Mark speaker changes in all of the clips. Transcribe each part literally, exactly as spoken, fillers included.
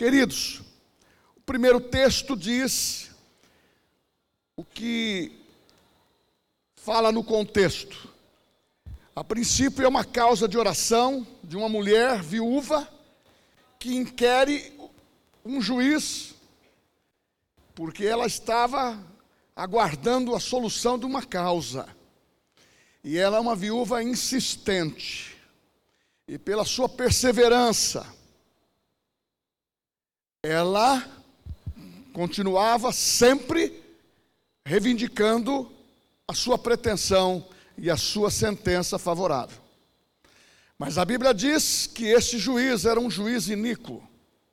Speaker 1: Queridos, o primeiro texto diz o que fala no contexto. A princípio é uma causa de oração de uma mulher viúva que inquere um juiz, porque ela estava aguardando a solução de uma causa. E ela é uma viúva insistente. E pela sua perseverança, ela continuava sempre reivindicando a sua pretensão e a sua sentença favorável. Mas a Bíblia diz que esse juiz era um juiz iníquo.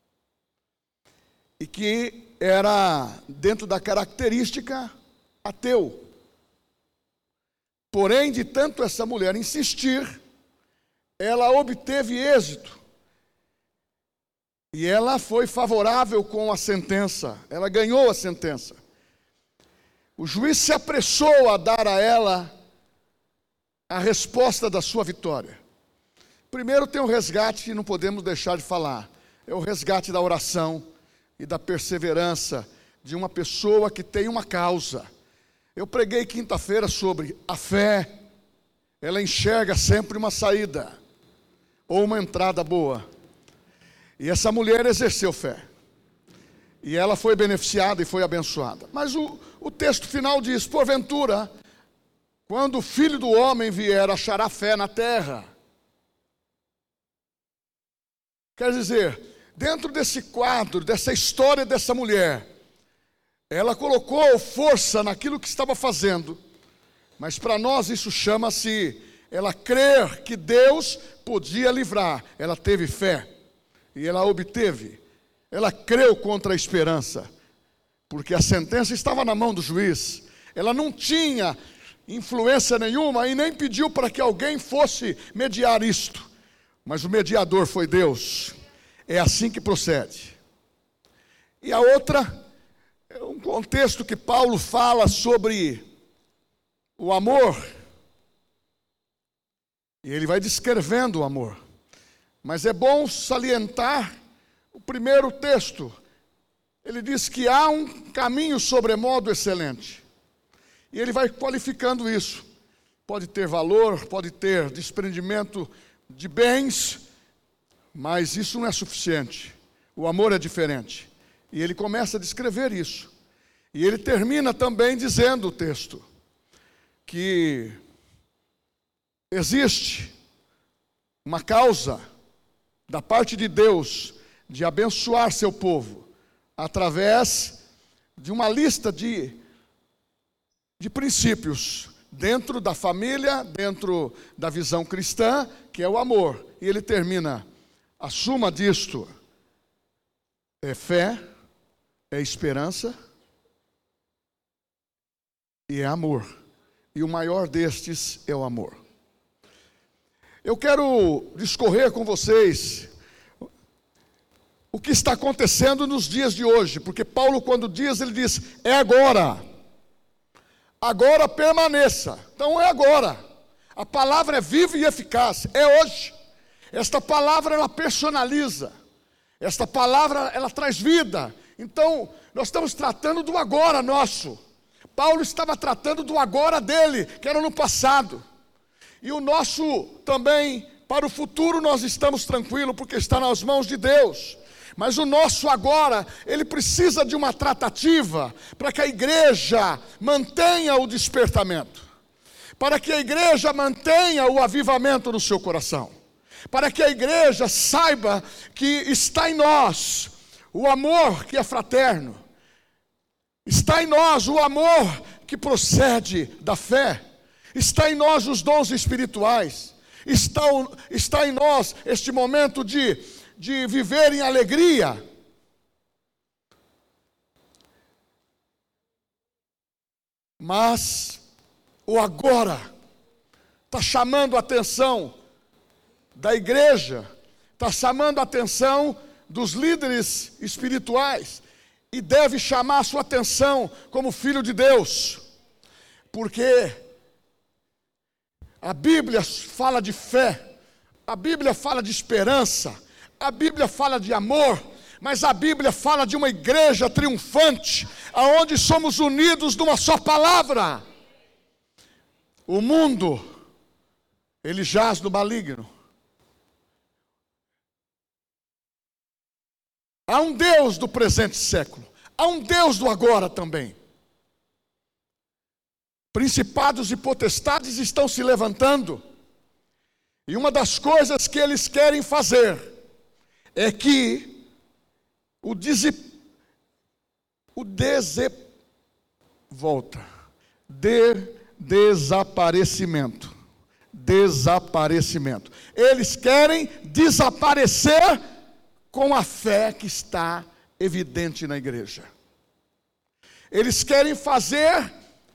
Speaker 1: E que era, dentro da característica, ateu. Porém, de tanto essa mulher insistir, ela obteve êxito. E ela foi favorável com a sentença, ela ganhou a sentença. O juiz se apressou a dar a ela a resposta da sua vitória. Primeiro tem um resgate que não podemos deixar de falar. É o resgate da oração e da perseverança de uma pessoa que tem uma causa. Eu preguei quinta-feira sobre a fé. Ela enxerga sempre uma saída ou uma entrada boa. E essa mulher exerceu fé. E ela foi beneficiada e foi abençoada. Mas o, o texto final diz: porventura, quando o Filho do Homem vier, achará fé na terra. Quer dizer, dentro desse quadro, dessa história dessa mulher, ela colocou força naquilo que estava fazendo. Mas para nós isso chama-se ela crer que Deus podia livrar. Ela teve fé. E ela obteve. Ela creu contra a esperança. Porque a sentença estava na mão do juiz. Ela não tinha influência nenhuma e nem pediu para que alguém fosse mediar isto. Mas o mediador foi Deus. É assim que procede. E a outra é um contexto que Paulo fala sobre o amor. E ele vai descrevendo o amor. Mas é bom salientar o primeiro texto. Ele diz que há um caminho sobremodo excelente. E ele vai qualificando isso. Pode ter valor, pode ter desprendimento de bens, mas isso não é suficiente. O amor é diferente. E ele começa a descrever isso. E ele termina também dizendo o texto que existe uma causa da parte de Deus de abençoar seu povo através de uma lista de, de princípios dentro da família, dentro da visão cristã, que é o amor. E ele termina: a suma disto é fé, é esperança e é amor. E o maior destes é o amor. Eu quero discorrer com vocês o que está acontecendo nos dias de hoje, porque Paulo, quando diz, ele diz: é agora, agora permaneça. Então é agora, a palavra é viva e eficaz, é hoje. Esta palavra, ela personaliza, esta palavra, ela traz vida. Então, nós estamos tratando do agora nosso. Paulo estava tratando do agora dele, que era no passado. E o nosso também, para o futuro, nós estamos tranquilos, porque está nas mãos de Deus. Mas o nosso agora, ele precisa de uma tratativa, para que a igreja mantenha o despertamento. Para que a igreja mantenha o avivamento no seu coração. Para que a igreja saiba que está em nós o amor que é fraterno. Está em nós o amor que procede da fé. Está em nós os dons espirituais. Está, está em nós este momento de, de viver em alegria. Mas o agora está chamando a atenção da igreja, está chamando a atenção dos líderes espirituais. E deve chamar a sua atenção como filho de Deus. Porque a Bíblia fala de fé, a Bíblia fala de esperança, a Bíblia fala de amor, Mas a Bíblia fala de uma igreja triunfante, aonde somos unidos numa só palavra. O mundo, ele jaz no maligno. Há um Deus do presente século, há um Deus do agora também. Principados e potestades estão se levantando. E uma das coisas que eles querem fazer é que o desi... o dese... volta, de desaparecimento, desaparecimento. Eles querem desaparecer com a fé que está evidente na igreja. Eles querem fazer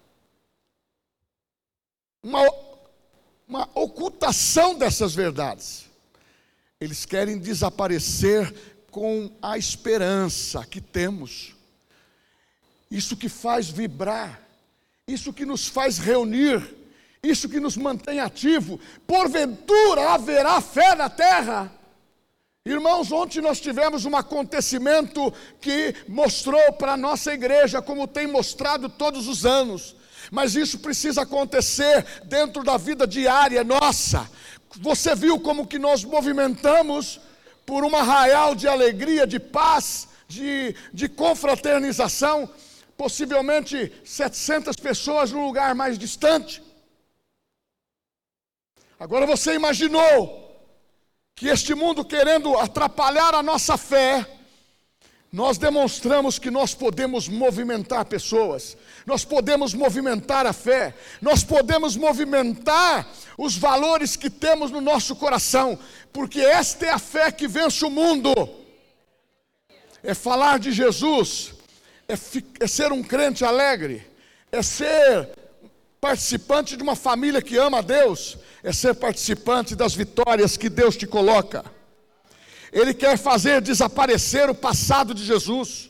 Speaker 1: uma, uma ocultação dessas verdades. Eles querem desaparecer com a esperança que temos. Isso que faz vibrar, isso que nos faz reunir, isso que nos mantém ativo. Porventura haverá fé na terra? Irmãos, ontem nós tivemos um acontecimento que mostrou para a nossa igreja, como tem mostrado todos os anos, mas isso precisa acontecer dentro da vida diária nossa. Você viu como que nós movimentamos por um arraial de alegria, de paz, de, de confraternização, possivelmente setecentas pessoas num lugar mais distante. Agora você imaginou que este mundo querendo atrapalhar a nossa fé, nós demonstramos que nós podemos movimentar pessoas, nós podemos movimentar a fé, nós podemos movimentar os valores que temos no nosso coração, porque esta é a fé que vence o mundo. É falar de Jesus, é, fi, é ser um crente alegre, é ser participante de uma família que ama a Deus, é ser participante das vitórias que Deus te coloca. Ele quer fazer desaparecer o passado de Jesus.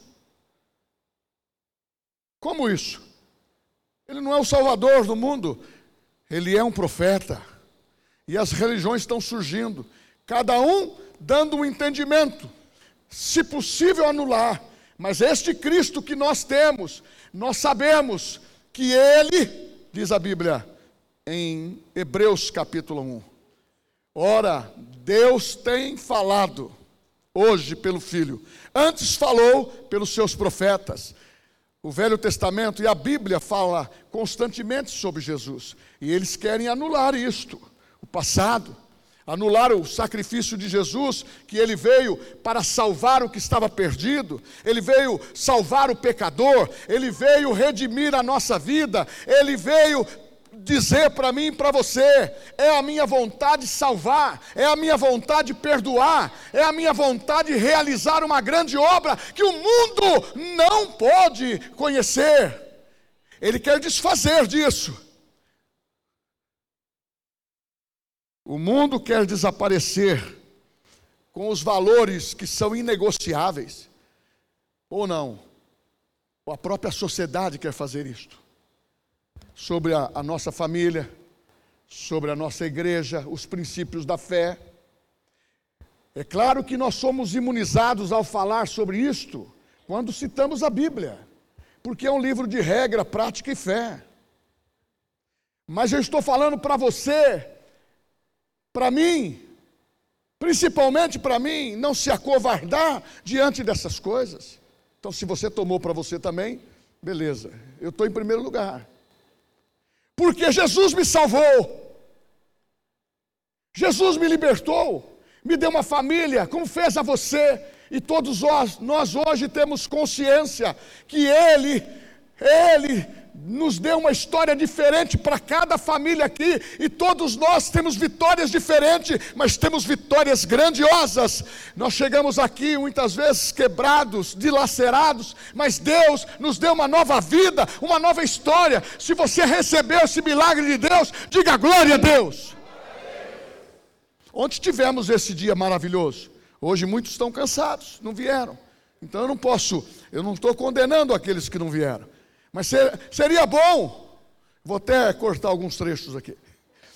Speaker 1: Como isso? Ele não é o Salvador do mundo, ele é um profeta. E as religiões estão surgindo, cada um dando um entendimento, se possível anular. Mas este Cristo que nós temos, nós sabemos que Ele, diz a Bíblia em Hebreus capítulo um, ora, Deus tem falado hoje pelo Filho, antes falou pelos seus profetas. O Velho Testamento e a Bíblia fala constantemente sobre Jesus, e eles querem anular isto, o passado, anular o sacrifício de Jesus, que ele veio para salvar o que estava perdido, ele veio salvar o pecador, ele veio redimir a nossa vida, ele veio dizer para mim e para você: é a minha vontade salvar, é a minha vontade perdoar, é a minha vontade realizar uma grande obra que o mundo não pode conhecer. Ele quer desfazer disso. O mundo quer desaparecer com os valores que são inegociáveis, ou não, ou a própria sociedade quer fazer isto, sobre a, a nossa família, sobre a nossa igreja, os princípios da fé. É claro que nós somos imunizados ao falar sobre isto, quando citamos a Bíblia, porque é um livro de regra, prática e fé. Mas eu estou falando para você, para mim, principalmente para mim, não se acovardar diante dessas coisas. Então, se você tomou para você também, beleza, eu estou em primeiro lugar. Porque Jesus me salvou, Jesus me libertou, me deu uma família, como fez a você, e todos nós, nós hoje temos consciência que Ele, Ele nos deu uma história diferente para cada família aqui, e todos nós temos vitórias diferentes, mas temos vitórias grandiosas. Nós chegamos aqui muitas vezes quebrados, dilacerados, mas Deus nos deu uma nova vida, uma nova história. Se você recebeu esse milagre de Deus, diga glória a Deus. Ontem tivemos esse dia maravilhoso, hoje muitos estão cansados, não vieram, então eu não posso, eu não estou condenando aqueles que não vieram, mas ser, seria bom, vou até cortar alguns trechos aqui,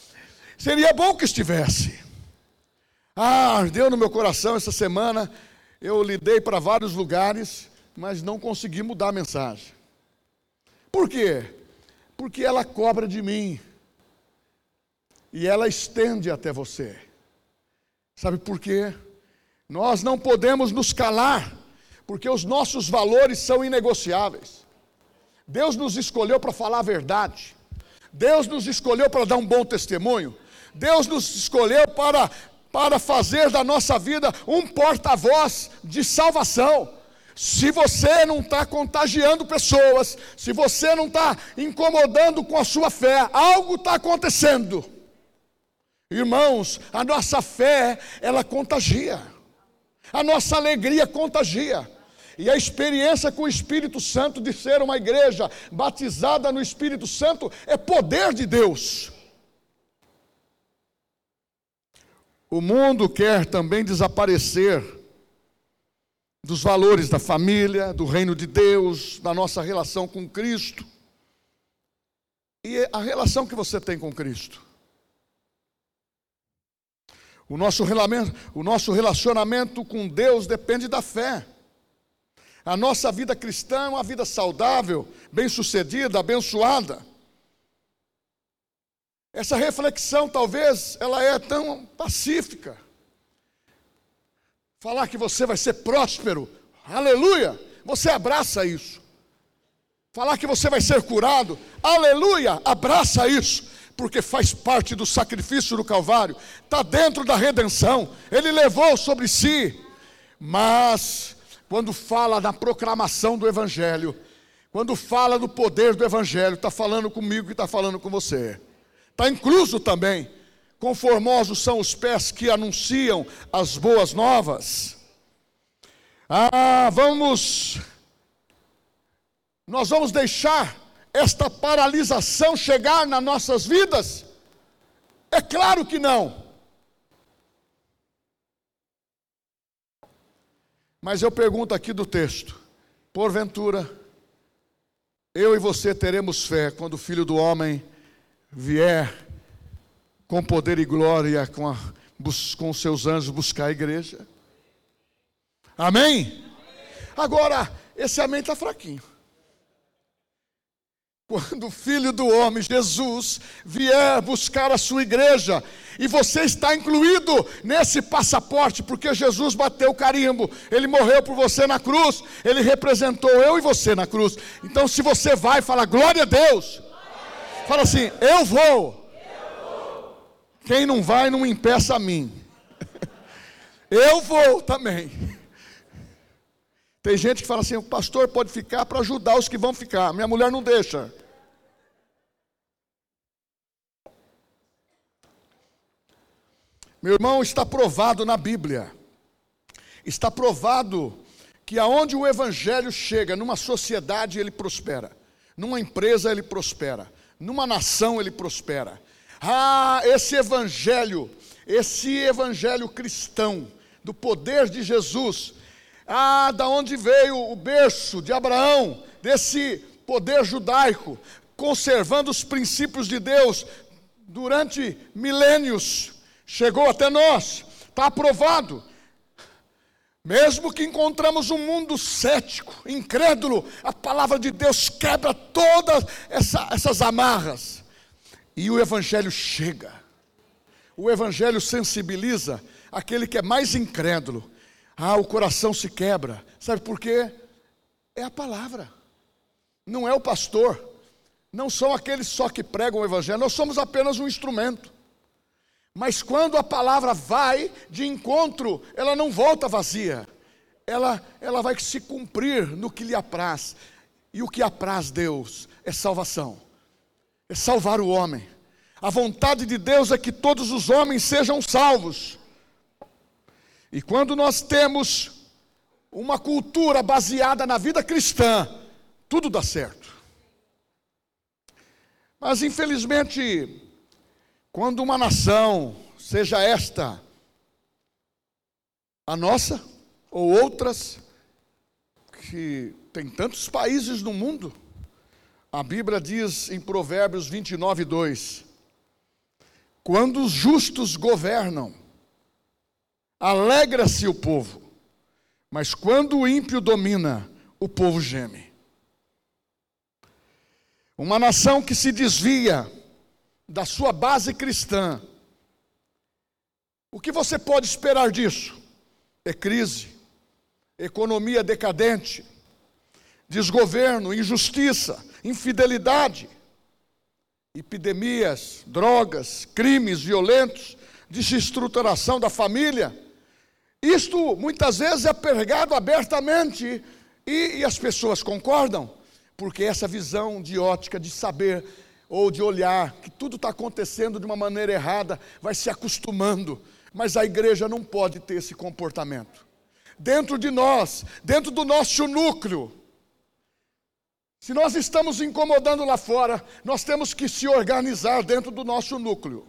Speaker 1: seria bom que estivesse. Ah, ardeu no meu coração essa semana, Eu lidei para vários lugares, mas não consegui mudar a mensagem. Por quê? Porque ela cobra de mim. E ela estende até você. Sabe por quê? Nós não podemos nos calar, porque os nossos valores são inegociáveis. Deus nos escolheu para falar a verdade. Deus nos escolheu para dar um bom testemunho. Deus nos escolheu para, para fazer da nossa vida um porta-voz de salvação. Se você não está contagiando pessoas, se você não está incomodando com a sua fé, algo está acontecendo. Irmãos, a nossa fé, ela contagia. A nossa alegria contagia. E a experiência com o Espírito Santo de ser uma igreja batizada no Espírito Santo é poder de Deus. O mundo quer também desaparecer dos valores da família, do reino de Deus, da nossa relação com Cristo. E a relação que você tem com Cristo? O nosso o nosso relacionamento com Deus depende da fé. A nossa vida cristã é uma vida saudável, bem-sucedida, abençoada. Essa reflexão, talvez, ela é tão pacífica. Falar que você vai ser próspero, aleluia, você abraça isso. Falar que você vai ser curado, aleluia, abraça isso. Porque faz parte do sacrifício do Calvário, está dentro da redenção, Ele levou sobre si. Mas, quando fala da proclamação do Evangelho, quando fala do poder do Evangelho, está falando comigo e está falando com você. Está incluso também, conformosos são os pés que anunciam as boas novas. Ah, vamos, nós vamos deixar esta paralisação chegar nas nossas vidas? É claro que não. Mas eu pergunto aqui do texto: porventura, eu e você teremos fé quando o Filho do Homem vier com poder e glória, com, a, com os seus anjos buscar a igreja? Amém? Agora, esse amém está fraquinho. Quando o Filho do Homem, Jesus, vier buscar a sua igreja, e você está incluído nesse passaporte, porque Jesus bateu o carimbo, Ele morreu por você na cruz, Ele representou eu e você na cruz. Então, se você vai, fala glória a Deus. Fala assim, eu vou. Quem não vai, não impeça a mim. Eu vou também. Tem gente que fala assim, o pastor pode ficar para ajudar os que vão ficar. Minha mulher não deixa. Meu irmão, está provado na Bíblia. Está provado que aonde o Evangelho chega, numa sociedade ele prospera. Numa empresa ele prospera. Numa nação ele prospera. Ah, esse Evangelho, esse Evangelho cristão, do poder de Jesus, ah, da onde veio o berço de Abraão, desse poder judaico, conservando os princípios de Deus durante milênios, chegou até nós, está aprovado. Mesmo que encontramos um mundo cético, incrédulo, a palavra de Deus quebra todas essa, essas amarras. E o Evangelho chega. O Evangelho sensibiliza aquele que é mais incrédulo. Ah, o coração se quebra. Sabe por quê? É a palavra. Não é o pastor. Não são aqueles só que pregam o Evangelho. Nós somos apenas um instrumento. Mas quando a palavra vai de encontro, ela não volta vazia. Ela, ela vai se cumprir no que lhe apraz. E o que apraz Deus é salvação. É salvar o homem. A vontade de Deus é que todos os homens sejam salvos. E quando nós temos uma cultura baseada na vida cristã, tudo dá certo. Mas infelizmente, quando uma nação, seja esta a nossa, ou outras, que tem tantos países no mundo, a Bíblia diz em Provérbios vinte e nove, dois, quando os justos governam, alegra-se o povo, Mas quando o ímpio domina, o povo geme. Uma nação que se desvia da sua base cristã, o que você pode esperar disso? É crise, economia decadente, desgoverno, injustiça, infidelidade, epidemias, drogas, crimes violentos, desestruturação da família. Isto muitas vezes é pregado abertamente e, e as pessoas concordam, porque essa visão de ótica, de saber ou de olhar que tudo está acontecendo de uma maneira errada, vai se acostumando. Mas a igreja não pode ter esse comportamento. Dentro de nós, dentro do nosso núcleo, se nós estamos incomodando lá fora, nós temos que se organizar dentro do nosso núcleo.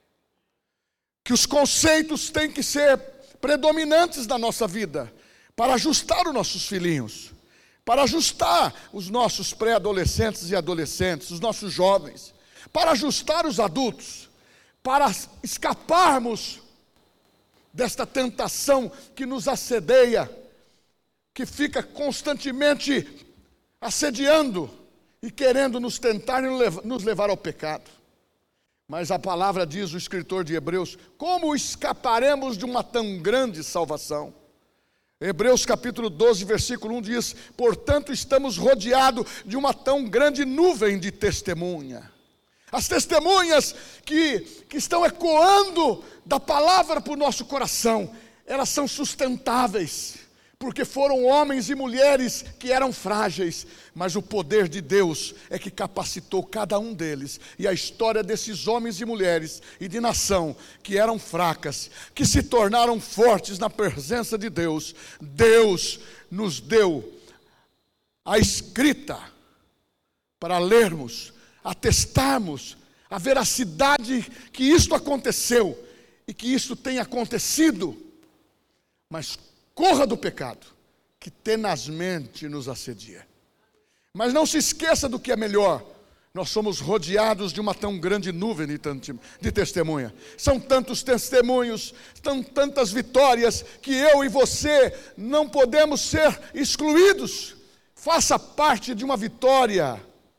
Speaker 1: Que os conceitos têm que ser predominantes na nossa vida, para ajustar os nossos filhinhos, para ajustar os nossos pré-adolescentes e adolescentes, os nossos jovens, para ajustar os adultos, para escaparmos desta tentação que nos assedeia, que fica constantemente assediando e querendo nos tentar e nos levar ao pecado. Mas a palavra diz, o escritor de Hebreus, como escaparemos de uma tão grande salvação? Hebreus capítulo doze, versículo um diz, portanto estamos rodeados de uma tão grande nuvem de testemunha. As testemunhas que, que estão ecoando da palavra para o nosso coração, elas são sustentáveis, porque foram homens e mulheres que eram frágeis, mas o poder de Deus é que capacitou cada um deles. E a história desses homens e mulheres e de nação que eram fracas, que se tornaram fortes na presença de Deus, Deus nos deu a escrita para lermos, atestarmos a veracidade que isto aconteceu e que isto tem acontecido. Mas corra do pecado, que tenazmente nos assedia. Mas não se esqueça do que é melhor. Nós somos rodeados de uma tão grande nuvem de testemunha. São tantos testemunhos, são tantas vitórias, que eu e você não podemos ser excluídos. Faça parte de uma vitória,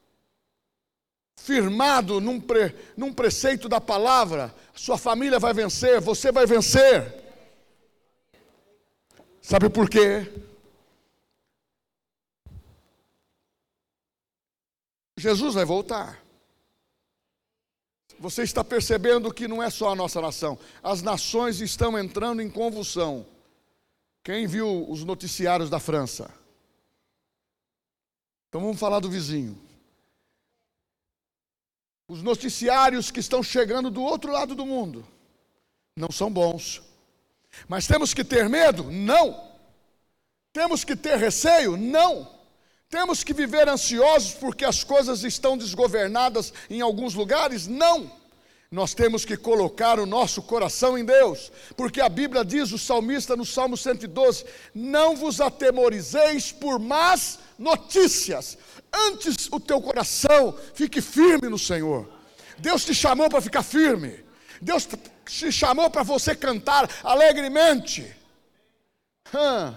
Speaker 1: firmado num, pre, num preceito da palavra. Sua família vai vencer, você vai vencer. Sabe por quê? Jesus vai voltar. Você está percebendo que não é só a nossa nação. As nações estão entrando em convulsão. Quem viu os noticiários da França? Então vamos falar do vizinho. Os noticiários que estão chegando do outro lado do mundo não são bons. Mas temos que ter medo? Não. Temos que ter receio? Não. Temos que viver ansiosos porque as coisas estão desgovernadas em alguns lugares? Não. Nós temos que colocar o nosso coração em Deus, porque a Bíblia diz, o salmista no Salmo cento e doze, não vos atemorizeis por más notícias, antes o teu coração fique firme no Senhor. Deus te chamou para ficar firme. Deus te chamou para você cantar alegremente. Hum.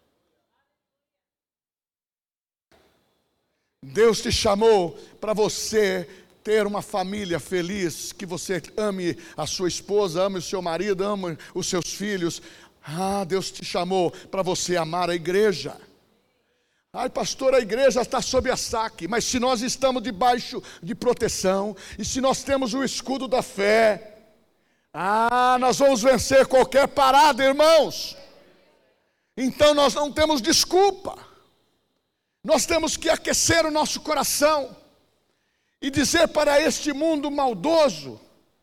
Speaker 1: Deus te chamou para você ter uma família feliz, que você ame a sua esposa, ame o seu marido, ame os seus filhos. Ah, Deus te chamou para você amar a igreja. Ai, pastor, a igreja está sob ataque, mas se nós estamos debaixo de proteção, e se nós temos o escudo da fé, ah, nós vamos vencer qualquer parada, irmãos. Então nós não temos desculpa. Nós temos que aquecer o nosso coração e dizer para este mundo maldoso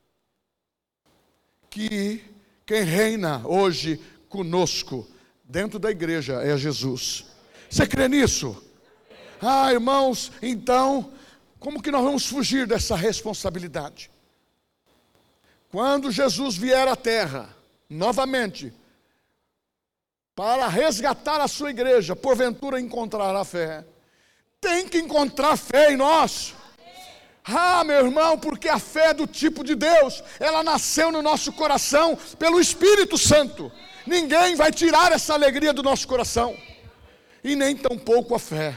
Speaker 1: que quem reina hoje conosco dentro da igreja é Jesus. Você crê nisso? Ah, irmãos, então, como que nós vamos fugir dessa responsabilidade? Quando Jesus vier à terra, novamente, para resgatar a sua igreja, porventura encontrará fé. Tem que encontrar fé em nós. Ah, meu irmão, porque a fé é do tipo de Deus, ela nasceu no nosso coração pelo Espírito Santo. Ninguém vai tirar essa alegria do nosso coração. E nem tampouco a fé.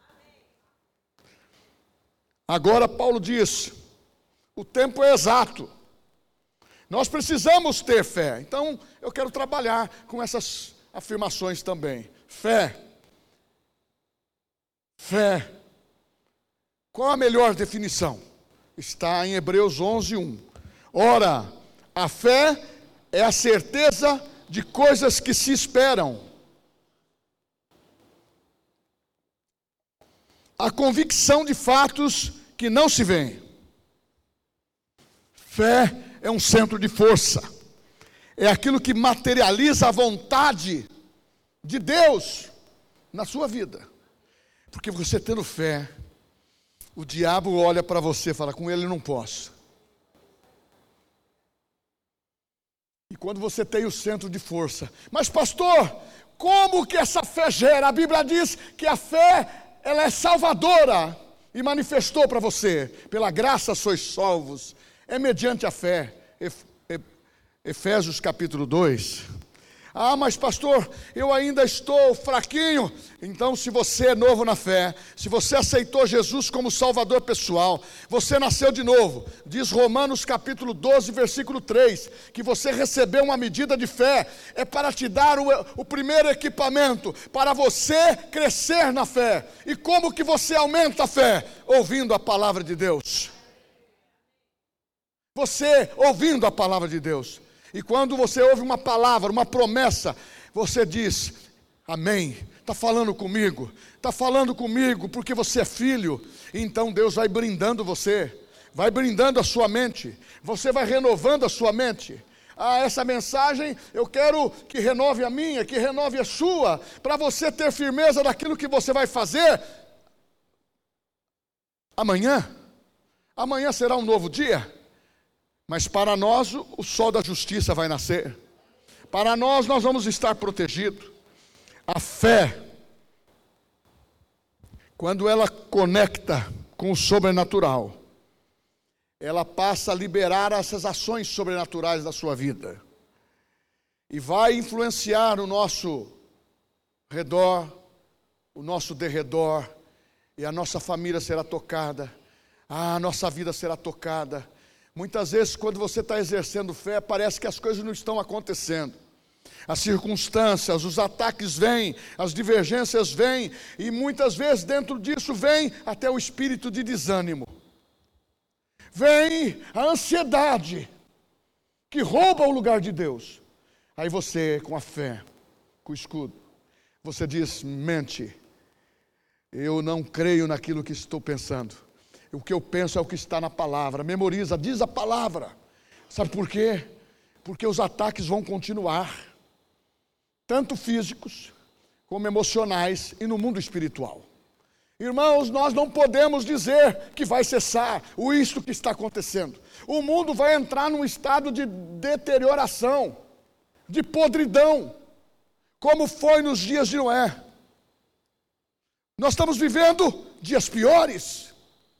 Speaker 1: Agora Paulo diz, o tempo é exato. Nós precisamos ter fé. Então, eu quero trabalhar com essas afirmações também. Fé. Fé. Qual a melhor definição? Está em Hebreus onze, um. Ora, a fé é a certeza de coisas que se esperam, a convicção de fatos que não se veem. Fé é um centro de força, é aquilo que materializa a vontade de Deus na sua vida. Porque você tendo fé, o diabo olha para você e fala, com ele não posso. E quando você tem o centro de força, mas pastor, como que essa fé gera? A Bíblia diz que a fé, ela é salvadora e manifestou para você, pela graça sois salvos, é mediante a fé. Efésios capítulo dois. Ah, mas pastor, eu ainda estou fraquinho. Então, se você é novo na fé, se você aceitou Jesus como Salvador pessoal, você nasceu de novo. Diz Romanos capítulo doze, versículo três, que você recebeu uma medida de fé, é para te dar o, o primeiro equipamento, para você crescer na fé. E como que você aumenta a fé? Ouvindo a palavra de Deus. Você ouvindo a palavra de Deus. E quando você ouve uma palavra, uma promessa, você diz, amém, está falando comigo, está falando comigo porque você é filho. Então Deus vai brindando você, vai brindando a sua mente, você vai renovando a sua mente. Ah, essa mensagem eu quero que renove a minha, que renove a sua, para você ter firmeza daquilo que você vai fazer. Amanhã, amanhã será um novo dia. Mas para nós o sol da justiça vai nascer. Para nós nós vamos estar protegidos. A fé, quando ela conecta com o sobrenatural, ela passa a liberar essas ações sobrenaturais da sua vida. E vai influenciar o nosso redor, o nosso derredor, e a nossa família será tocada, a nossa vida será tocada. Muitas vezes, quando você está exercendo fé, parece que as coisas não estão acontecendo. As circunstâncias, os ataques vêm, as divergências vêm, e muitas vezes dentro disso vem até o espírito de desânimo. Vem a ansiedade, que rouba o lugar de Deus. Aí você, com a fé, com o escudo, você diz, mente, eu não creio naquilo que estou pensando. O que eu penso é o que está na palavra. Memoriza, diz a palavra. Sabe por quê? Porque os ataques vão continuar. Tanto físicos, como emocionais e no mundo espiritual. Irmãos, nós não podemos dizer que vai cessar o isto que está acontecendo. O mundo vai entrar num estado de deterioração, de podridão, como foi nos dias de Noé. Nós estamos vivendo dias piores.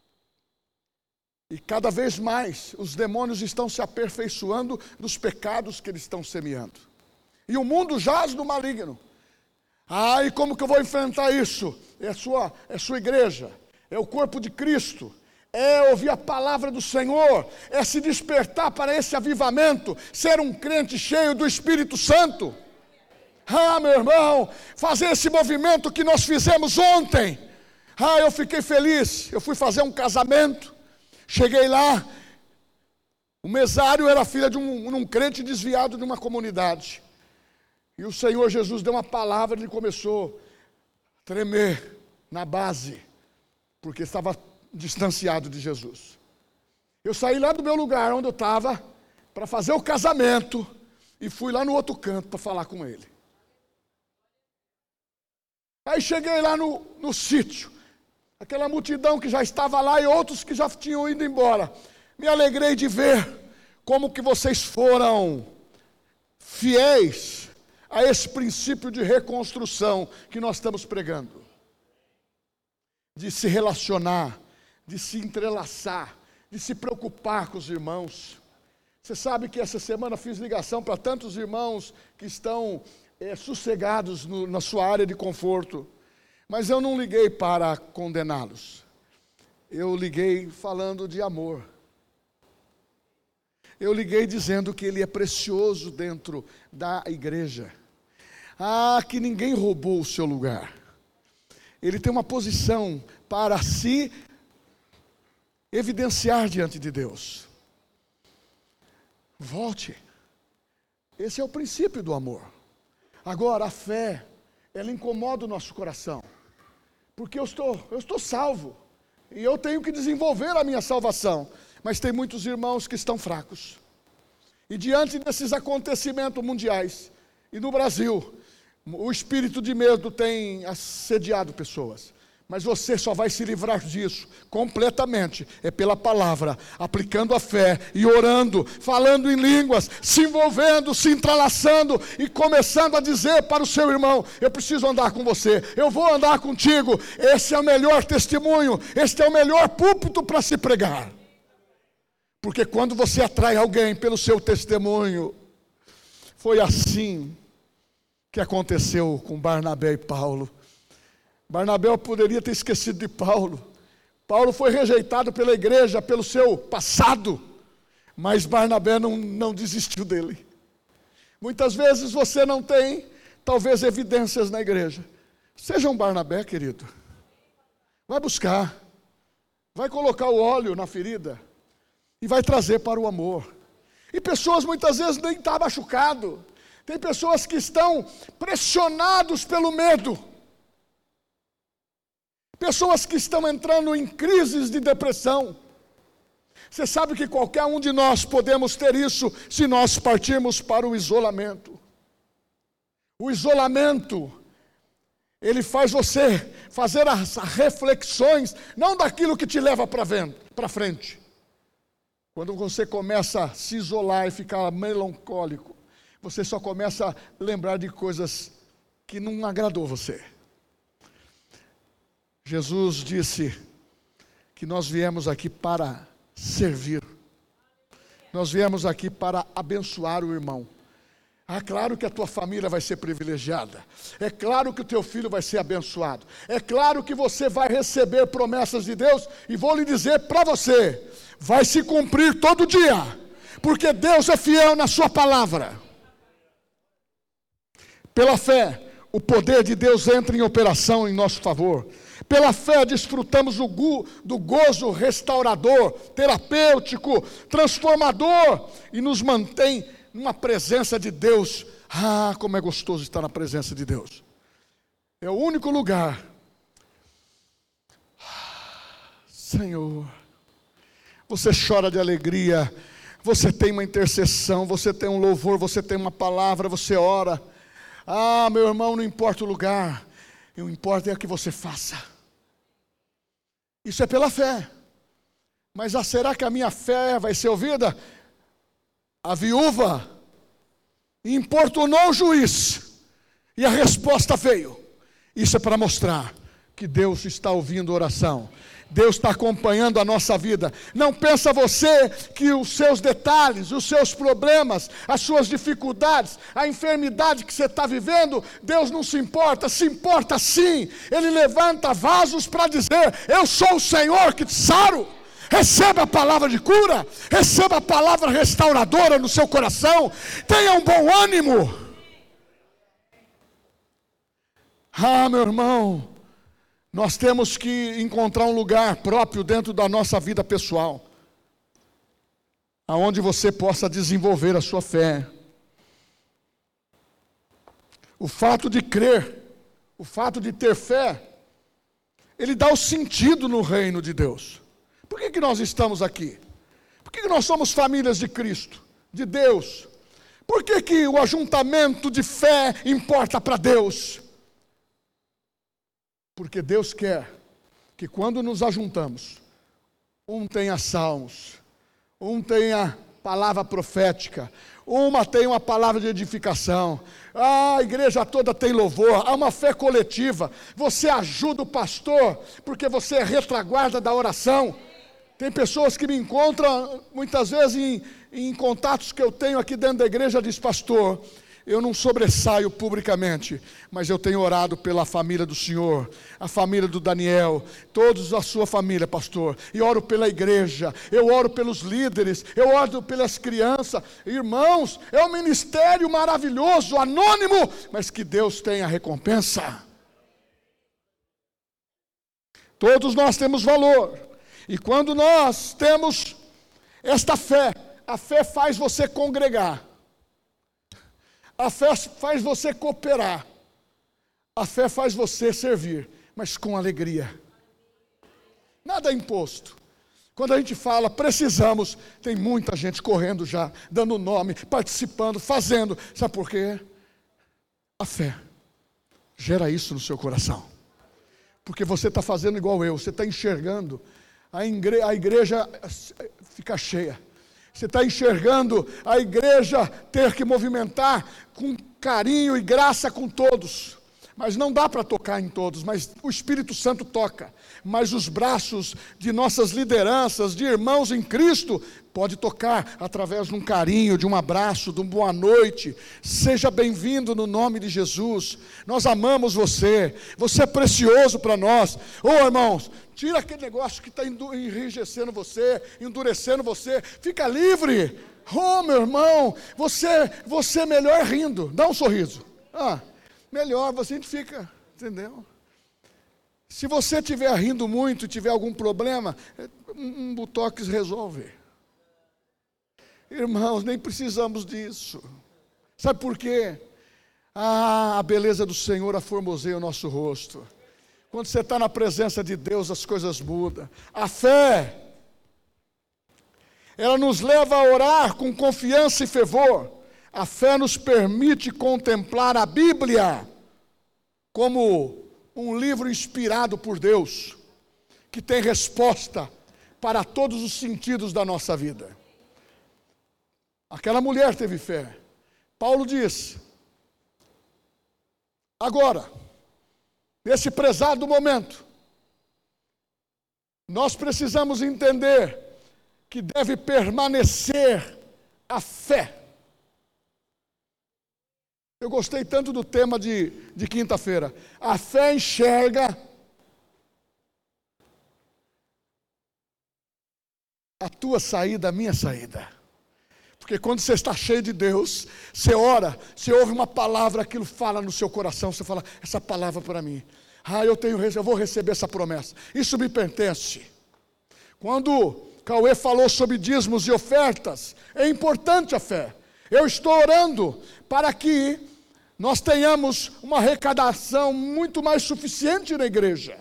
Speaker 1: E cada vez mais os demônios estão se aperfeiçoando nos pecados que eles estão semeando. E o mundo jaz no maligno. Ah, e como que eu vou enfrentar isso? É a sua, é a sua igreja, é o corpo de Cristo, é ouvir a palavra do Senhor, é se despertar para esse avivamento, ser um crente cheio do Espírito Santo. Ah, meu irmão, fazer esse movimento que nós fizemos ontem. Ah, eu fiquei feliz, eu fui fazer um casamento. Cheguei lá, o mesário era filha de um, um crente desviado de uma comunidade. E o Senhor Jesus deu uma palavra e ele começou a tremer na base, porque estava distanciado de Jesus. Eu saí lá do meu lugar onde eu estava para fazer o casamento e fui lá no outro canto para falar com ele. Aí cheguei lá no, no sítio. Aquela multidão que já estava lá e outros que já tinham ido embora. Me alegrei de ver como que vocês foram fiéis a esse princípio de reconstrução que nós estamos pregando. De se relacionar, de se entrelaçar, de se preocupar com os irmãos. Você sabe que essa semana fiz ligação para tantos irmãos que estão é, sossegados no, na sua área de conforto, mas eu não liguei para condená-los, eu liguei falando de amor. Eu liguei dizendo que ele é precioso dentro da igreja. Ah, que ninguém roubou o seu lugar. Ele tem uma posição para se evidenciar diante de Deus. Volte. Esse é o princípio do amor. Agora, a fé, ela incomoda o nosso coração. Porque eu estou, eu estou salvo. E eu tenho que desenvolver a minha salvação. Mas tem muitos irmãos que estão fracos. E diante desses acontecimentos mundiais, e no Brasil, o espírito de medo tem assediado pessoas. Mas você só vai se livrar disso completamente, é pela palavra, aplicando a fé e orando, falando em línguas, se envolvendo, se entrelaçando e começando a dizer para o seu irmão: eu preciso andar com você, eu vou andar contigo. Esse é o melhor testemunho, este é o melhor púlpito para se pregar. Porque quando você atrai alguém pelo seu testemunho, foi assim que aconteceu com Barnabé e Paulo. Barnabé poderia ter esquecido de Paulo. Paulo foi rejeitado pela igreja, pelo seu passado, mas Barnabé não, não desistiu dele. Muitas vezes você não tem, talvez, evidências na igreja. Seja um Barnabé, querido. Vai buscar, vai colocar o óleo na ferida e vai trazer para o amor. E pessoas muitas vezes nem estão machucadas. Tem pessoas que estão pressionados pelo medo. Pessoas que estão entrando em crises de depressão. Você sabe que qualquer um de nós podemos ter isso se nós partirmos para o isolamento. O isolamento, ele faz você fazer as reflexões, não daquilo que te leva para frente. Quando você começa a se isolar e ficar melancólico, você só começa a lembrar de coisas que não agradou você. Jesus disse que nós viemos aqui para servir. Nós viemos aqui para abençoar o irmão. Ah, claro que a tua família vai ser privilegiada. É claro que o teu filho vai ser abençoado. É claro que você vai receber promessas de Deus. E vou lhe dizer para você, vai se cumprir todo dia. Porque Deus é fiel na sua palavra. Pela fé, o poder de Deus entra em operação em nosso favor. Pela fé desfrutamos do, go, do gozo restaurador, terapêutico, transformador e nos mantém numa presença de Deus. Ah, como é gostoso estar na presença de Deus. É o único lugar. Senhor, você chora de alegria, você tem uma intercessão, você tem um louvor, você tem uma palavra, você ora. Ah, meu irmão, não importa o lugar, o que importa é o que você faça. Isso é pela fé. Mas ah, será que a minha fé vai ser ouvida? A viúva importunou o juiz e a resposta veio. Isso é para mostrar que Deus está ouvindo a oração. Deus está acompanhando a nossa vida. Não pensa você que os seus detalhes, os seus problemas, as suas dificuldades, a enfermidade que você está vivendo, Deus não se importa. Se importa sim. Ele levanta vasos para dizer: eu sou o Senhor que te saro. Receba a palavra de cura, receba a palavra restauradora no seu coração. Tenha um bom ânimo. Ah, meu irmão, nós temos que encontrar um lugar próprio dentro da nossa vida pessoal, aonde você possa desenvolver a sua fé. O fato de crer, o fato de ter fé, ele dá o sentido no reino de Deus. Por que que nós estamos aqui? Por que que nós somos famílias de Cristo, de Deus? Por que que o ajuntamento de fé importa para Deus? Porque Deus quer que quando nos ajuntamos, um tenha salmos, um tenha palavra profética, uma tem uma palavra de edificação, a igreja toda tem louvor, há uma fé coletiva, você ajuda o pastor, porque você é retaguarda da oração. Tem pessoas que me encontram muitas vezes em, em contatos que eu tenho aqui dentro da igreja, diz: pastor, eu não sobressaio publicamente, mas eu tenho orado pela família do senhor, a família do Daniel, todos a sua família, pastor, e oro pela igreja, eu oro pelos líderes, eu oro pelas crianças. Irmãos, é um ministério maravilhoso, anônimo, mas que Deus tem a recompensa. Todos nós temos valor, e quando nós temos esta fé, a fé faz você congregar, a fé faz você cooperar, a fé faz você servir, mas com alegria. Nada é imposto. Quando a gente fala precisamos, tem muita gente correndo já, dando nome, participando, fazendo. Sabe por quê? A fé gera isso no seu coração. Porque você está fazendo igual eu, você está enxergando, a, igre- a igreja fica cheia. Você está enxergando a igreja ter que movimentar com carinho e graça com todos. Mas não dá para tocar em todos, mas o Espírito Santo toca. Mas os braços de nossas lideranças, de irmãos em Cristo, pode tocar através de um carinho, de um abraço, de um boa noite. Seja bem-vindo no nome de Jesus. Nós amamos você, você é precioso para nós. Ô irmãos, tira aquele negócio que está enrijecendo você, endurecendo você, fica livre. Ô meu irmão, você, você é melhor rindo, dá um sorriso. Ah, melhor, você fica, entendeu? Se você estiver rindo muito, tiver algum problema, um, um botox resolve. Irmãos, nem precisamos disso. Sabe por quê? Ah, a beleza do Senhor aformoseia o nosso rosto. Quando você está na presença de Deus, as coisas mudam. A fé, ela nos leva a orar com confiança e fervor. A fé nos permite contemplar a Bíblia como um livro inspirado por Deus, que tem resposta para todos os sentidos da nossa vida. Aquela mulher teve fé. Paulo diz: agora, nesse prezado momento, nós precisamos entender que deve permanecer a fé. Eu gostei tanto do tema de, de quinta-feira. A fé enxerga a tua saída, a minha saída. Porque quando você está cheio de Deus, você ora, você ouve uma palavra, aquilo fala no seu coração, você fala: essa palavra para mim. Ah, eu tenho, eu vou receber essa promessa. Isso me pertence. Quando Cauê falou sobre dízimos e ofertas, é importante a fé. Eu estou orando para que nós tenhamos uma arrecadação muito mais suficiente na igreja.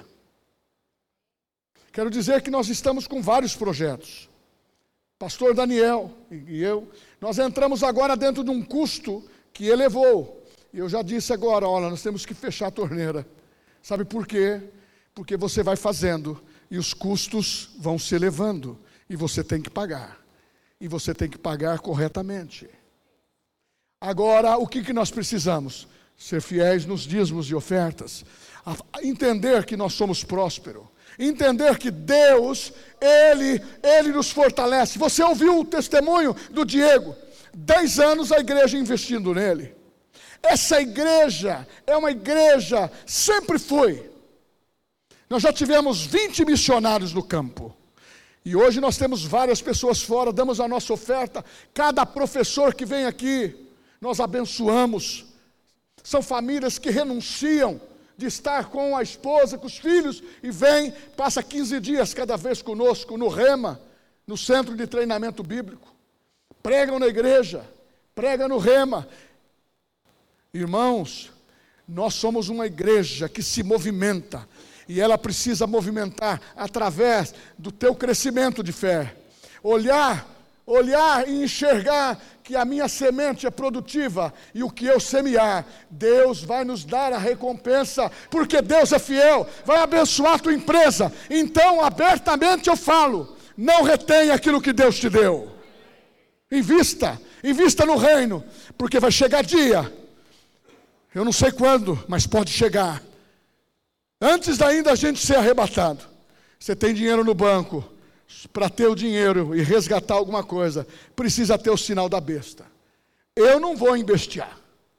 Speaker 1: Quero dizer que nós estamos com vários projetos. Pastor Daniel e eu, nós entramos agora dentro de um custo que elevou. E eu já disse agora, olha, nós temos que fechar a torneira. Sabe por quê? Porque você vai fazendo e os custos vão se elevando. E você tem que pagar. E você tem que pagar corretamente. Agora, o que, que nós precisamos? Ser fiéis nos dízimos e ofertas. Entender que nós somos prósperos. Entender que Deus, Ele, Ele nos fortalece. Você ouviu o testemunho do Diego? Dez anos a igreja investindo nele. Essa igreja é uma igreja, sempre foi. Nós já tivemos vinte missionários no campo. E hoje nós temos várias pessoas fora, damos a nossa oferta. Cada professor que vem aqui, nós abençoamos. São famílias que renunciam de estar com a esposa, com os filhos, e vem, passa quinze dias cada vez conosco, no Rema, no centro de treinamento bíblico. Pregam na igreja, pregam no Rema. Irmãos, nós somos uma igreja que se movimenta, e ela precisa movimentar através do teu crescimento de fé. Olhar, olhar e enxergar que a minha semente é produtiva, e o que eu semear, Deus vai nos dar a recompensa, porque Deus é fiel, vai abençoar a tua empresa. Então, abertamente eu falo, não retenha aquilo que Deus te deu. Invista, invista no reino, porque vai chegar dia, eu não sei quando, mas pode chegar, antes ainda a gente ser arrebatado. Você tem dinheiro no banco, para ter o dinheiro e resgatar alguma coisa, precisa ter o sinal da besta. Eu não vou embestiar.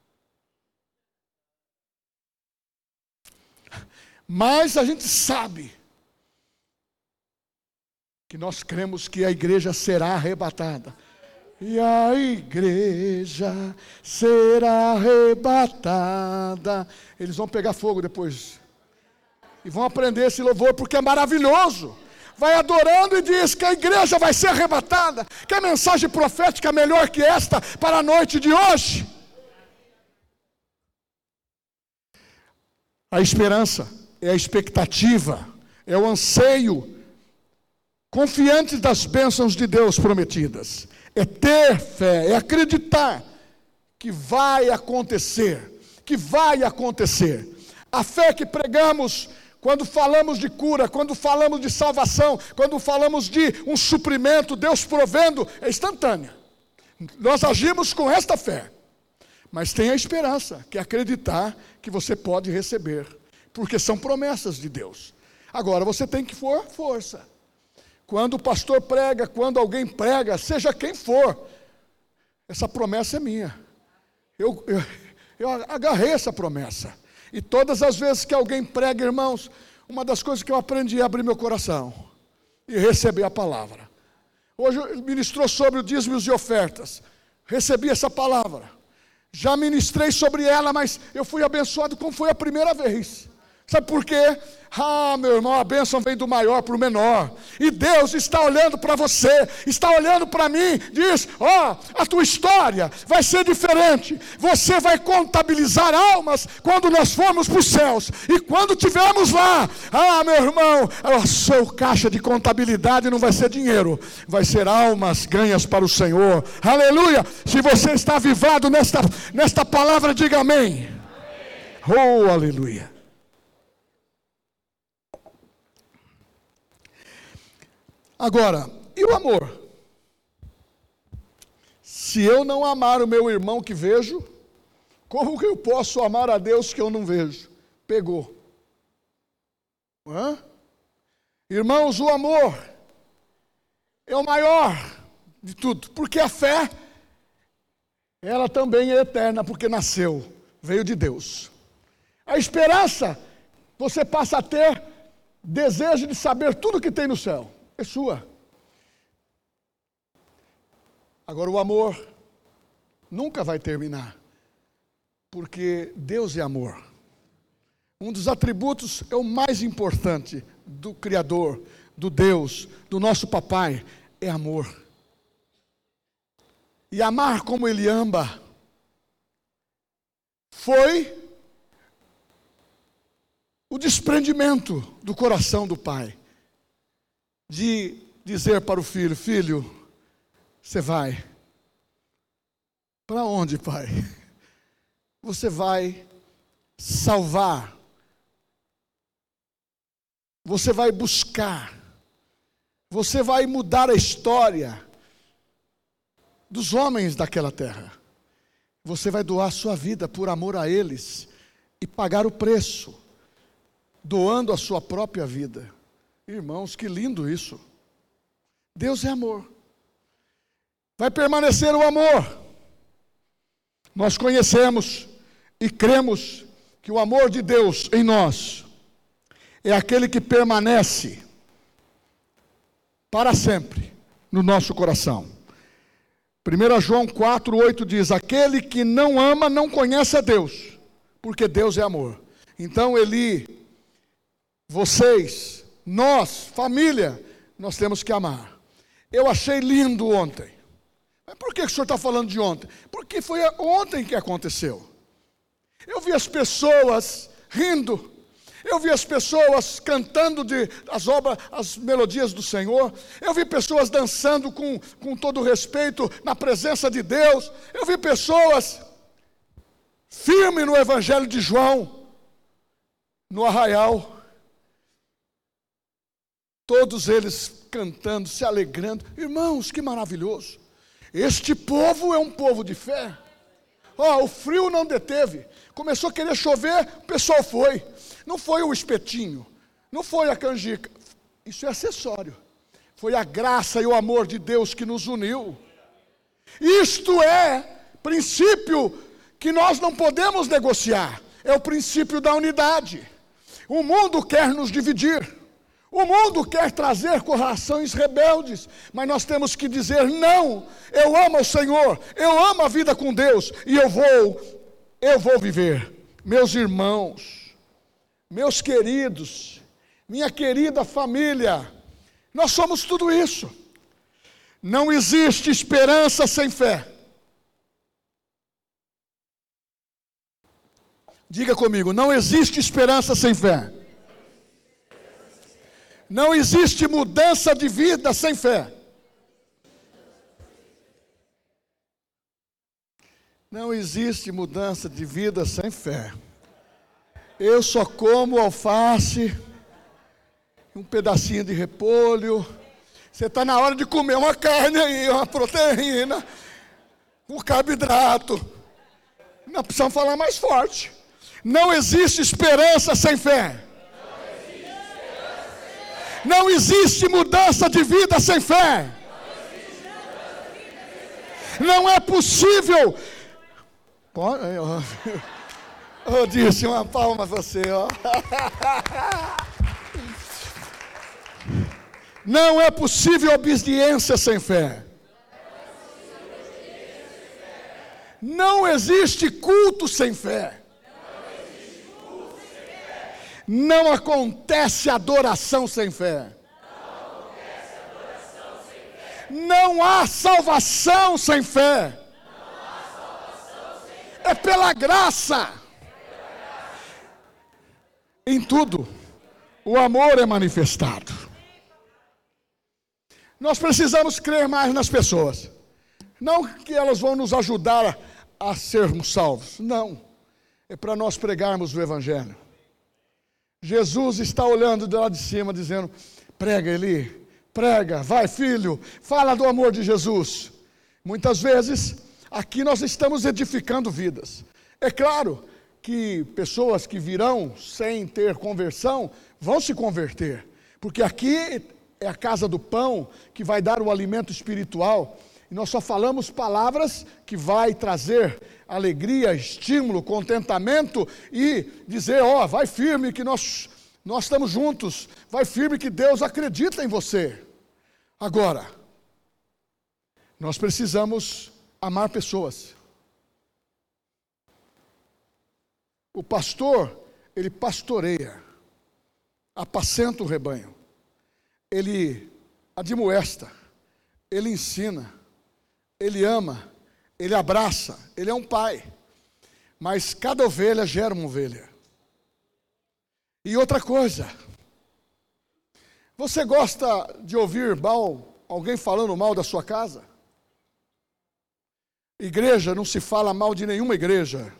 Speaker 1: Mas a gente sabe que nós cremos que a igreja será arrebatada. E a igreja será arrebatada. Eles vão pegar fogo depois. E vão aprender esse louvor, porque é maravilhoso. Vai adorando e diz que a igreja vai ser arrebatada. Que mensagem profética melhor que esta para a noite de hoje? A esperança é a expectativa, é o anseio confiante das bênçãos de Deus prometidas. É ter fé, é acreditar que vai acontecer, que vai acontecer. A fé que pregamos quando falamos de cura, quando falamos de salvação, quando falamos de um suprimento, Deus provendo, é instantânea. Nós agimos com esta fé. Mas tem a esperança, que é acreditar que você pode receber, porque são promessas de Deus. Agora você tem que for força. Quando o pastor prega, quando alguém prega, seja quem for, essa promessa é minha. Eu, eu, eu agarrei essa promessa. E todas as vezes que alguém prega, irmãos, uma das coisas que eu aprendi é abrir meu coração e receber a palavra. Hoje ministrou sobre o dízimos e ofertas. Recebi essa palavra. Já ministrei sobre ela, mas eu fui abençoado como foi a primeira vez. Sabe por quê? Ah, meu irmão, a bênção vem do maior para o menor. E Deus está olhando para você, está olhando para mim, diz, ó, oh, a tua história vai ser diferente. Você vai contabilizar almas quando nós formos para os céus. E quando estivermos lá, ah, meu irmão, o seu caixa de contabilidade não vai ser dinheiro, vai ser almas ganhas para o Senhor. Aleluia! Se você está avivado nesta, nesta palavra, diga amém. Amém. Oh, aleluia! Agora, e o amor? Se eu não amar o meu irmão que vejo, como que eu posso amar a Deus que eu não vejo? Pegou. Hã? Irmãos, o amor é o maior de tudo, porque a fé, ela também é eterna, porque nasceu, veio de Deus. A esperança, você passa a ter desejo de saber tudo que tem no céu. É sua. Agora o amor nunca vai terminar, porque Deus é amor. Um dos atributos é o mais importante do Criador, do Deus, do nosso papai, é amor. E amar como Ele ama foi o desprendimento do coração do pai. De dizer para o filho, filho, você vai. Para onde, pai? Você vai salvar. Você vai buscar. Você vai mudar a história dos homens daquela terra. Você vai doar sua vida por amor a eles e pagar o preço, doando a sua própria vida. Irmãos, que lindo isso. Deus é amor. Vai permanecer o amor. Nós conhecemos e cremos que o amor de Deus em nós é aquele que permanece para sempre no nosso coração. primeiro João quatro, oito diz, aquele que não ama não conhece a Deus, porque Deus é amor. Então Eli, vocês, nós, família, nós temos que amar. Eu achei lindo ontem. Mas por que o senhor está falando de ontem? Porque foi ontem que aconteceu. Eu vi as pessoas rindo. Eu vi as pessoas cantando de, as obras, as melodias do Senhor. Eu vi pessoas dançando com, com todo respeito na presença de Deus. Eu vi pessoas firmes no Evangelho de João, no arraial. Todos eles cantando, se alegrando. Irmãos, que maravilhoso. Este povo é um povo de fé. Ó, oh, o frio não deteve. Começou a querer chover, o pessoal foi. Não foi o espetinho, não foi a canjica. Isso é acessório. Foi a graça e o amor de Deus que nos uniu. Isto é princípio que nós não podemos negociar. É o princípio da unidade. O mundo quer nos dividir. O mundo quer trazer corações rebeldes, mas nós temos que dizer: não, eu amo o Senhor, eu amo a vida com Deus, e eu vou, eu vou viver. Meus irmãos, meus queridos, minha querida família, nós somos tudo isso. Não existe esperança sem fé. Diga comigo, não existe esperança sem fé. Não existe mudança de vida sem fé. Não existe mudança de vida sem fé. Eu só como alface, um pedacinho de repolho. Você está na hora de comer uma carne aí, uma proteína, um carboidrato. Nós precisamos falar mais forte. Não existe esperança sem fé. Não existe mudança de vida sem fé. Não é possível. Pode, eu, eu disse uma palma a você, ó. Não é possível obediência sem fé. Não existe culto sem fé. Não acontece adoração sem fé. Não há salvação sem fé. É pela graça. Em tudo, o amor é manifestado. Nós precisamos crer mais nas pessoas. Não que elas vão nos ajudar a, a sermos salvos. Não. É para nós pregarmos o Evangelho. Jesus está olhando de lá de cima, dizendo: prega, Eli, prega, vai, filho, fala do amor de Jesus. Muitas vezes, aqui nós estamos edificando vidas. É claro que pessoas que virão sem ter conversão, vão se converter. Porque aqui é a casa do pão, que vai dar o alimento espiritual. E nós só falamos palavras que vai trazer alegria, estímulo, contentamento e dizer: ó, oh, vai firme que nós, nós estamos juntos, vai firme que Deus acredita em você. Agora, nós precisamos amar pessoas. O pastor, ele pastoreia, apacenta o rebanho, ele admoesta, ele ensina, ele ama, ele abraça, ele é um pai. Mas cada ovelha gera uma ovelha. E outra coisa, você gosta de ouvir mal, alguém falando mal da sua casa? Igreja, não se fala mal de nenhuma igreja.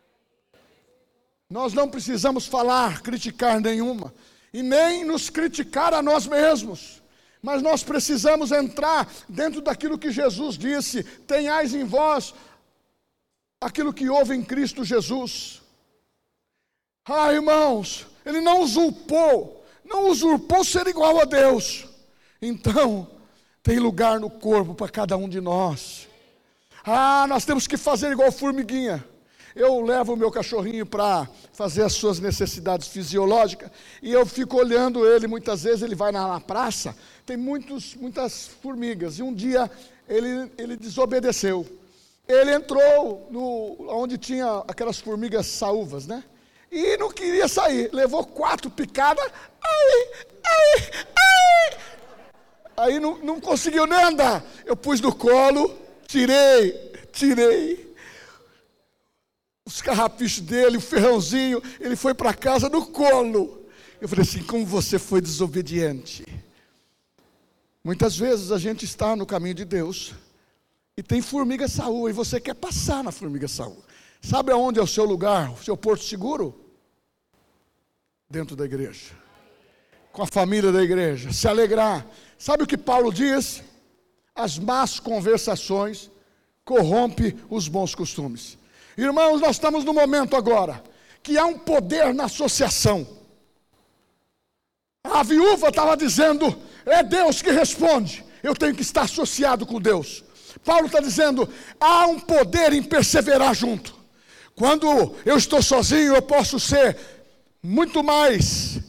Speaker 1: Nós não precisamos falar, criticar nenhuma, e nem nos criticar a nós mesmos. Mas nós precisamos entrar dentro daquilo que Jesus disse: tenhais em vós aquilo que houve em Cristo Jesus. Ah, irmãos, ele não usurpou, não usurpou ser igual a Deus. Então, tem lugar no corpo para cada um de nós. Ah, nós temos que fazer igual formiguinha. Eu levo o meu cachorrinho para fazer as suas necessidades fisiológicas e eu fico olhando ele. Muitas vezes ele vai na, na praça, tem muitos, muitas formigas, e um dia ele, ele desobedeceu. Ele entrou no, onde tinha aquelas formigas saúvas, né? E não queria sair, levou quatro picadas, ai, ai, ai. Aí não, não conseguiu nem andar. Eu pus no colo, tirei, tirei os carrapichos dele, o ferrãozinho, ele foi para casa no colo. Eu falei assim: como você foi desobediente. Muitas vezes a gente está no caminho de Deus e tem formiga saúva, e você quer passar na formiga saúva. Sabe aonde é o seu lugar, o seu porto seguro? Dentro da igreja, com a família da igreja, se alegrar. Sabe o que Paulo diz? As más conversações corrompem os bons costumes. Irmãos, nós estamos no momento agora que há um poder na associação. A viúva estava dizendo: é Deus que responde. Eu tenho que estar associado com Deus. Paulo está dizendo, há um poder em perseverar junto. Quando eu estou sozinho, eu posso ser muito mais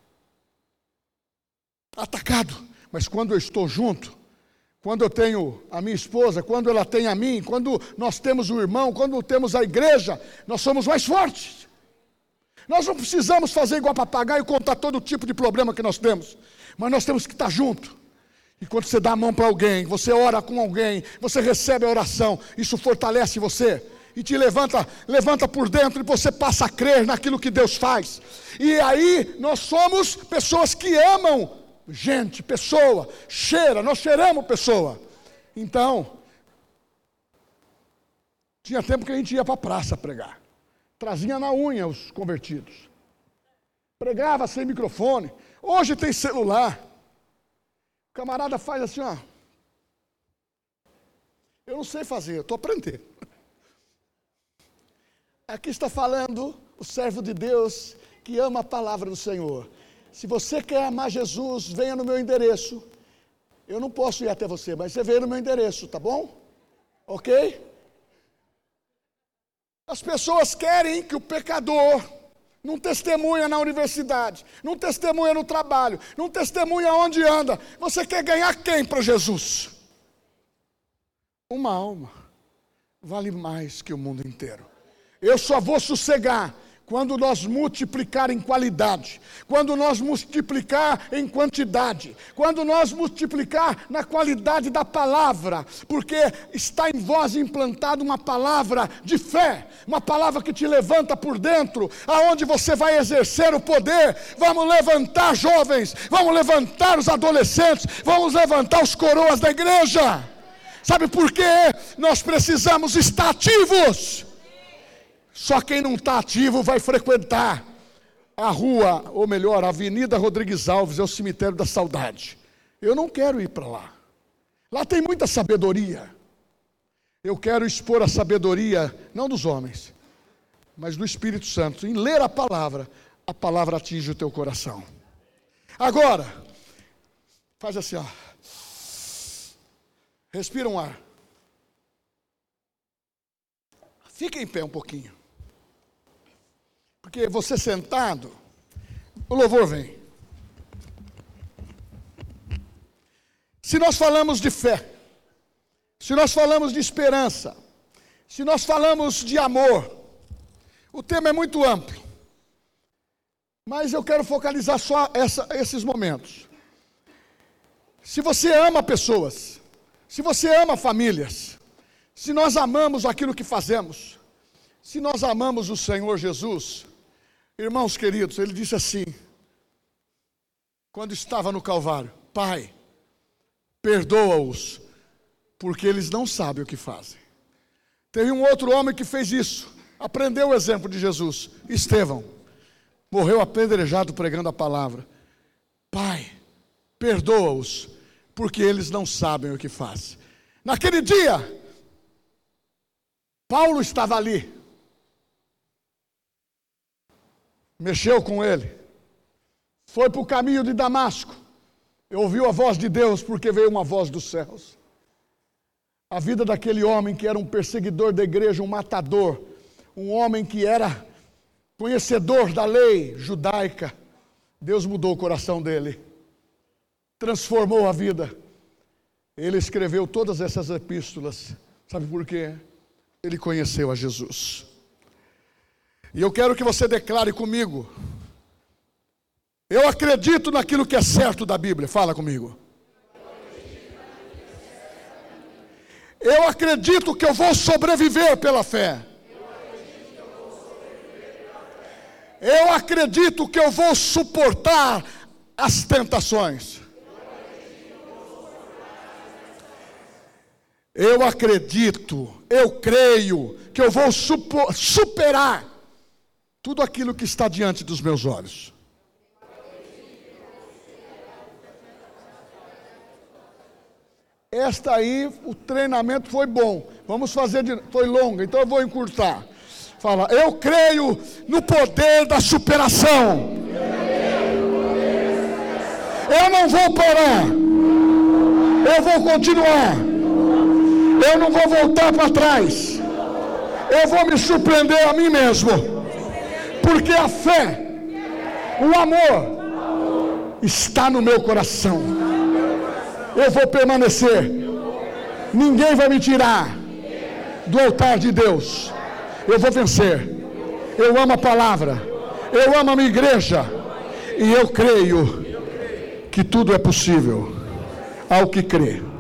Speaker 1: atacado. Mas quando eu estou junto, quando eu tenho a minha esposa, quando ela tem a mim, quando nós temos o irmão, quando temos a igreja, nós somos mais fortes. Nós não precisamos fazer igual papagaio e contar todo tipo de problema que nós temos. Mas nós temos que estar junto. E quando você dá a mão para alguém, você ora com alguém, você recebe a oração, isso fortalece você e te levanta, levanta por dentro e você passa a crer naquilo que Deus faz. E aí nós somos pessoas que amam gente, pessoa, cheira, nós cheiramos pessoa. Então, tinha tempo que a gente ia para a praça pregar, trazia na unha os convertidos, pregava sem microfone. Hoje tem celular. O camarada faz assim, ó. Eu não sei fazer, eu estou aprendendo. Aqui está falando o servo de Deus que ama a palavra do Senhor. Se você quer amar Jesus, venha no meu endereço. Eu não posso ir até você, mas você venha no meu endereço, tá bom? Ok? As pessoas querem que o pecador não testemunha na universidade, não testemunha no trabalho, não testemunha onde anda. Você quer ganhar quem para Jesus? Uma alma vale mais que o mundo inteiro. Eu só vou sossegar quando nós multiplicar em qualidade, quando nós multiplicar em quantidade, quando nós multiplicar na qualidade da palavra, porque está em vós implantado uma palavra de fé, uma palavra que te levanta por dentro, aonde você vai exercer o poder. Vamos levantar jovens, vamos levantar os adolescentes, vamos levantar os coroas da igreja. Sabe por quê? Nós precisamos estar ativos. Só quem não está ativo vai frequentar a rua, ou melhor, a Avenida Rodrigues Alves, é o cemitério da saudade. Eu não quero ir para lá. Lá tem muita sabedoria. Eu quero expor a sabedoria, não dos homens, mas do Espírito Santo. Em ler a palavra, a palavra atinge o teu coração. Agora, faz assim, ó. Respira um ar. Fica em pé um pouquinho. Porque você sentado, o louvor vem. Se nós falamos de fé, se nós falamos de esperança, se nós falamos de amor, o tema é muito amplo. Mas eu quero focalizar só essa, esses momentos. Se você ama pessoas, se você ama famílias, se nós amamos aquilo que fazemos, se nós amamos o Senhor Jesus, irmãos queridos, ele disse assim, quando estava no Calvário: Pai, perdoa-os, porque eles não sabem o que fazem. Teve um outro homem que fez isso, aprendeu o exemplo de Jesus, Estevão, morreu apedrejado pregando a palavra. Pai, perdoa-os, porque eles não sabem o que fazem. Naquele dia, Paulo estava ali, mexeu com ele, foi para o caminho de Damasco, e ouviu a voz de Deus, porque veio uma voz dos céus. A vida daquele homem que era um perseguidor da igreja, um matador, um homem que era conhecedor da lei judaica, Deus mudou o coração dele, transformou a vida. Ele escreveu todas essas epístolas, sabe por quê? Ele conheceu a Jesus. E eu quero que você declare comigo: eu acredito naquilo que é certo da Bíblia. Fala comigo. Eu acredito que eu vou sobreviver pela fé. Eu acredito que eu vou suportar as tentações. Eu acredito, eu creio que eu vou supor, superar tudo aquilo que está diante dos meus olhos. Esta aí, o treinamento foi bom. Vamos fazer de... Foi longa, então eu vou encurtar. Fala: eu creio no poder da superação. Eu não vou parar. Eu vou continuar. Eu não vou voltar para trás. Eu vou me surpreender a mim mesmo. Porque a fé, o amor, está no meu coração. Eu vou permanecer. Ninguém vai me tirar do altar de Deus. Eu vou vencer. Eu amo a palavra. Eu amo a minha igreja. E eu creio que tudo é possível ao que crê.